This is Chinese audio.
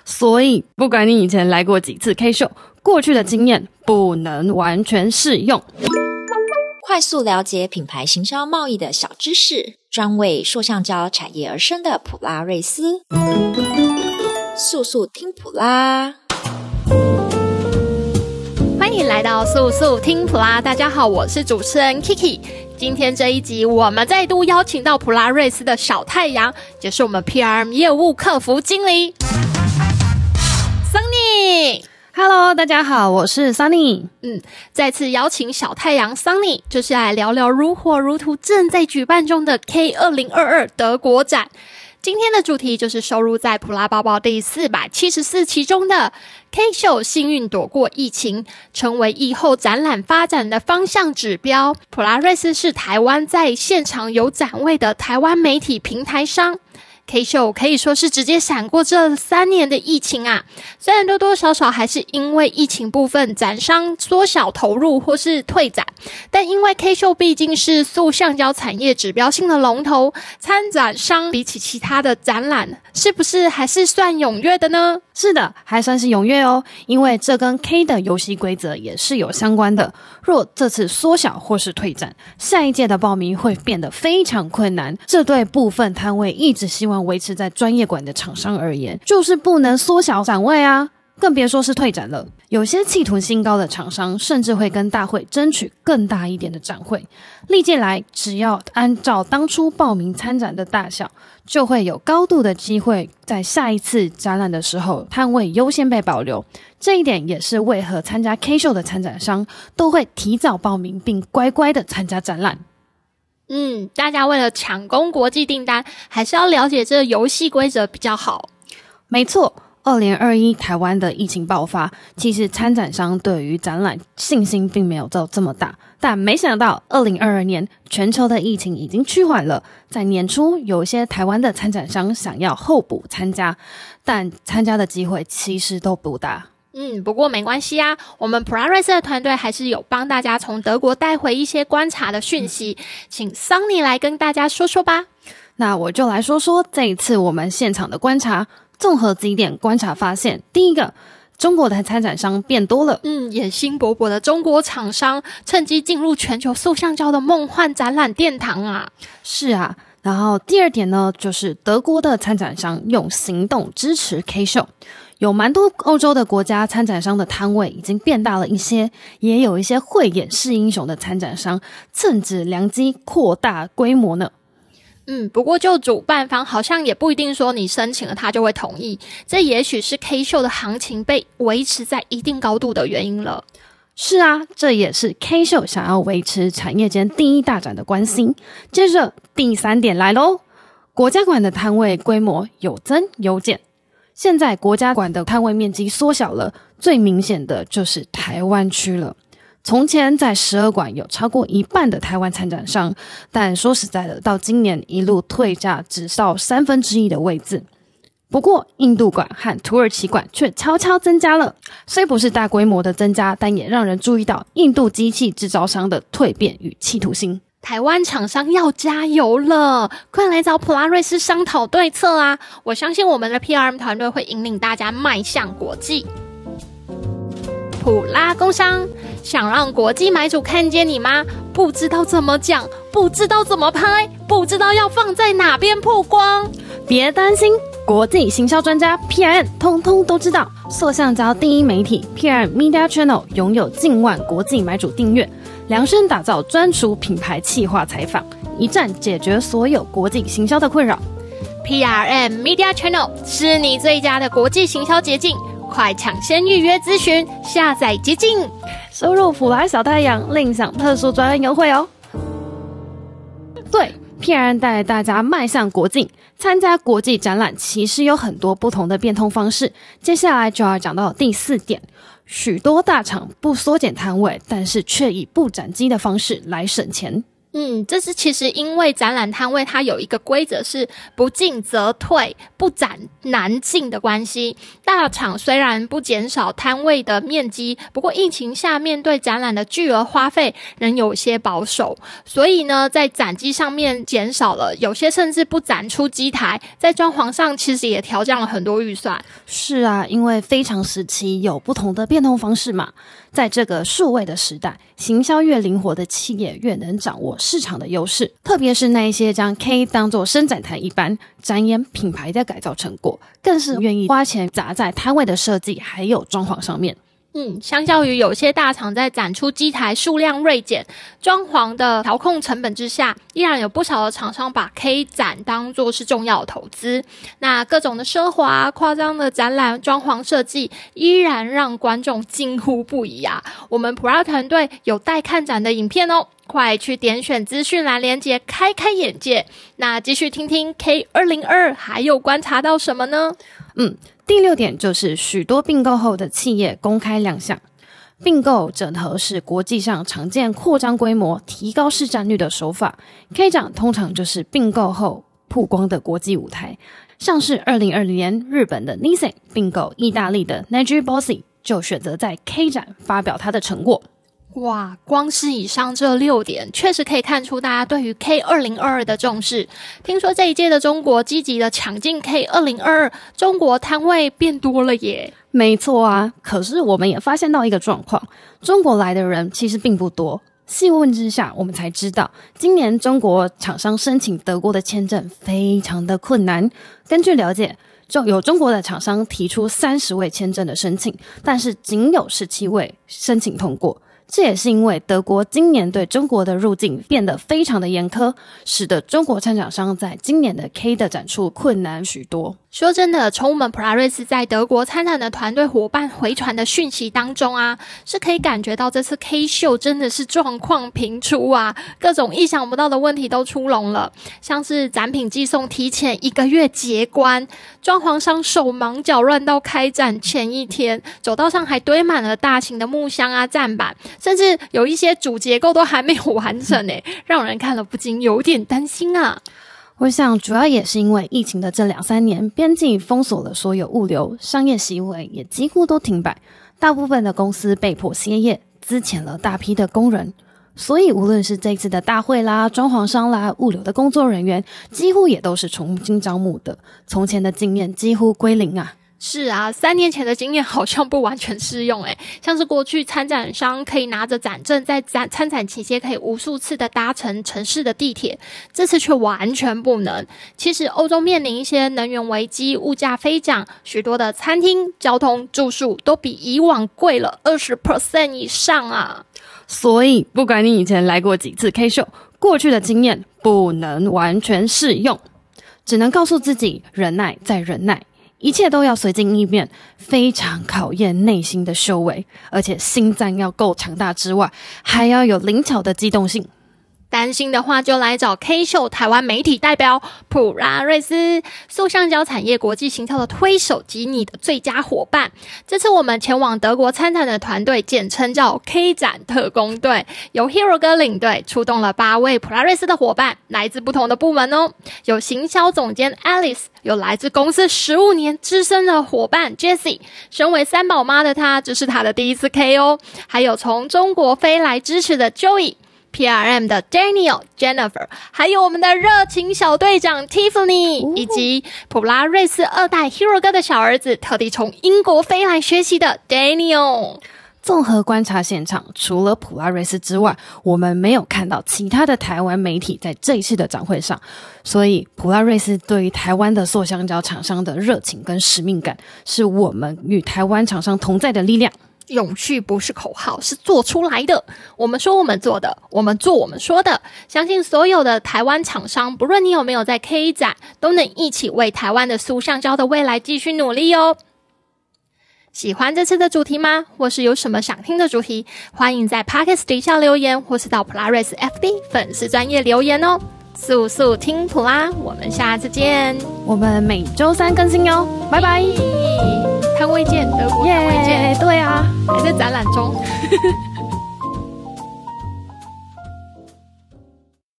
所以不管你以前来过几次 K 秀，过去的经验不能完全适用。 快速了解品牌行销贸易的小知识，专为塑橡胶产业而生的普拉瑞斯，速速听普拉。 欢迎来到速速听普拉，大家好，我是主持人 Kiki。今天这一集，我们再度邀请到普拉瑞斯的小太阳，也是我们 PRM 业务客服经理 Sunny。Hello， 大家好，我是 Sunny。 再次邀请小太阳 Sunny， 就是来聊聊如火如荼正在举办中的 K2022 德国展。今天的主题就是收录在普拉包包第474期中的 K 秀幸运躲过疫情，成为疫后展览发展的方向指标。普拉瑞斯是台湾在现场有展位的台湾媒体平台商。K 秀可以说是直接闪过这3年的疫情啊，虽然多多少少还是因为疫情部分展商缩小投入或是退展，但因为 K 秀毕竟是塑橡胶产业指标性的龙头，参展商比起其他的展览是不是还是算踊跃的呢？ 是的，还算是踊跃哦，因为这跟 K 的游戏规则也是有相关的。若这次缩小或是退展，下一届的报名会变得非常困难，这对部分摊位一直希望维持在专业馆的厂商而言，就是不能缩小展位啊，更别说是退展了。有些企图心高的厂商甚至会跟大会争取更大一点的展会，历届来只要按照当初报名参展的大小，就会有高度的机会在下一次展览的时候摊位优先被保留。这一点也是为何参加 K 秀的参展商都会提早报名并乖乖的参加展览。 大家为了抢攻国际订单，还是要了解这游戏规则比较好。 没错，2021台湾的疫情爆发，其实参展商对于展览信心并没有到这么大，但没想到2022年全球的疫情已经趋缓了，在年初有些台湾的参展商想要候补参加，但参加的机会其实都不大。 不过没关系啊，我们普拉瑞斯的团队还是有帮大家从德国带回一些观察的讯息，请 Sunny 来跟大家说说吧。 那我就来说说这一次我们现场的观察，综合几点观察发现。第一个，中国的参展商变多了， 野心勃勃的中国厂商趁机进入全球塑橡胶的梦幻展览殿堂啊。 是啊，然后第二点呢，就是德国的参展商用行动支持 K 秀。有蛮多欧洲的国家参展商的摊位已经变大了一些，也有一些慧眼识英雄的参展商趁着良机扩大规模呢。 不过就主办方好像也不一定说你申请了他就会同意，这也许是 K 秀的行情被维持在一定高度的原因了。 是啊，这也是 K 秀想要维持产业间第一大展的关心。接着第3点来咯，国家馆的摊位规模有增有减。现在国家馆的摊位面积缩小了，最明显的就是台湾区了。从前在12馆有超过一半的台湾参展商，但说实在的，到今年一路退价，只到1/3的位置。不过印度馆和土耳其馆却悄悄增加了，虽不是大规模的增加，但也让人注意到印度机器制造商的蜕变与企图心。 台湾厂商要加油了，快来找普拉瑞斯商讨对策啊！我相信我们的 PRM 团队会引领大家迈向国际。普拉工商，想让国际买主看见你吗？不知道怎么讲，不知道怎么拍，不知道要放在哪边曝光？ 别担心，国际行销专家 PRM 通通都知道。塑橡胶第一媒体 PRM Media Channel 拥有近万国际买主订阅，量身打造专属品牌企划采访，一站解决所有国际行销的困扰。 PRM Media Channel 是你最佳的国际行销捷径，快抢先预约咨询，下载捷径， 输入普拉小太阳，另享特殊专案优惠哦。对，PRM 带大家迈向国际，参加国际展览其实有很多不同的变通方式。接下来就要讲到第4点，许多大厂不缩减摊位，但是却以不展机的方式来省钱。 这是其实因为展览摊位它有一个规则是不进则退，不展难进的关系。大厂虽然不减少摊位的面积，不过疫情下面对展览的巨额花费仍有些保守，所以呢在展机上面减少了，有些甚至不展出机台，在装潢上其实也调降了很多预算。 是啊，因为非常时期有不同的变通方式嘛。在这个数位的时代，行销越灵活的企业越能掌握市场的优势，特别是那一些将 K 当作伸展台一般展演品牌的改造成果，更是愿意花钱砸在摊位的设计还有装潢上面。 相较于有些大厂在展出机台数量锐减、装潢的调控成本之下，依然有不少的厂商把 K 展当作是重要的投资。那各种的奢华、夸张的展览装潢设计，依然让观众惊呼不已啊！我们普拉团队有带看展的影片哦，快去点选资讯栏连结，开开眼界。那继续听听 K 2022还有观察到什么呢？ 第6点就是许多并购后的企业公开亮相。并购整合是国际上常见扩张规模、提高市占率的手法。K 展通常就是并购后曝光的国际舞台，像是2020年日本的 Nissan 并购意大利的 Najibossi， 就选择在 K 展发表它的成果。 哇，光是以上这6点，确实可以看出大家对于 K 2022的重视。听说这一届的中国积极的抢进 K 2022，中国摊位变多了耶。 没错啊，可是我们也发现到一个状况，中国来的人其实并不多。细问之下，我们才知道，今年中国厂商申请德国的签证非常的困难。根据了解，就有中国的厂商提出30位签证的申请，但是仅有17位申请通过。这也是因为德国今年对中国的入境变得非常的严苛，使得中国参展商在今年的 K 的展出困难许多。 说真的，从我们普拉瑞斯在德国参展的团队伙伴回传的讯息当中啊，是可以感觉到这次 K 秀真的是状况频出啊，各种意想不到的问题都出笼了，像是展品寄送提前1个月结关，装潢商手忙脚乱到开展前一天，走道上还堆满了大型的木箱啊、站板，甚至有一些主结构都还没有完成耶，让人看了不禁有点担心啊。 我想主要也是因为疫情的这2-3年，边境封锁了所有物流，商业行为也几乎都停摆，大部分的公司被迫歇业，资遣了大批的工人，所以无论是这次的大会啦、装潢商啦、物流的工作人员，几乎也都是重新招募的，从前的经验几乎归零啊。 是啊，3年前的经验好像不完全适用诶，像是过去参展商可以拿着展证在参展期间可以无数次的搭乘城市的地铁，这次却完全不能。其实欧洲面临一些能源危机、物价飞涨，许多的餐厅、交通、住宿都比以往贵了 20% 以上啊。 所以不管你以前来过几次 K 秀，过去的经验不能完全适用，只能告诉自己忍耐再忍耐，一切都要随机应变，非常考验内心的修为，而且心脏要够强大之外，还要有灵巧的机动性。 担心的话就来找 K 秀台湾媒体代表普拉瑞斯，塑橡胶产业国际行销的推手及你的最佳伙伴。这次我们前往德国参展的团队简称叫 K 展特工队，由 Hero 哥领队，出动了8位普拉瑞斯的伙伴，来自不同的部门哦。有行销总监 Alice， 有来自公司15年资深的伙伴 Jessie， 身为3宝妈的她，这是她的第一次 K 哦。还有从中国飞来支持的 Joey，PRM 的 Daniel、Jennifer， 还有我们的热情小队长 Tiffany， 以及普拉瑞斯2代 Hero 哥的小儿子，特地从英国飞来学习的 Daniel。 综合观察现场，除了普拉瑞斯之外，我们没有看到其他的台湾媒体在这一次的展会上，所以普拉瑞斯对于台湾的塑橡胶厂商的热情跟使命感，是我们与台湾厂商同在的力量。 永续不是口号，是做出来的。我们说我们做的，我们做我们说的。相信所有的台湾厂商，不论你有没有在 K 展，都能一起为台湾的塑橡胶的未来继续努力哦。喜欢这次的主题吗？或是有什么想听的主题？欢迎在 Podcast 底下留言，或是到普拉瑞斯 FB 粉丝专页留言哦。速速听普拉，我们下次见。 我们每周3更新哟，拜拜。 摊位见，德国摊位见。 对啊， 还在展览中。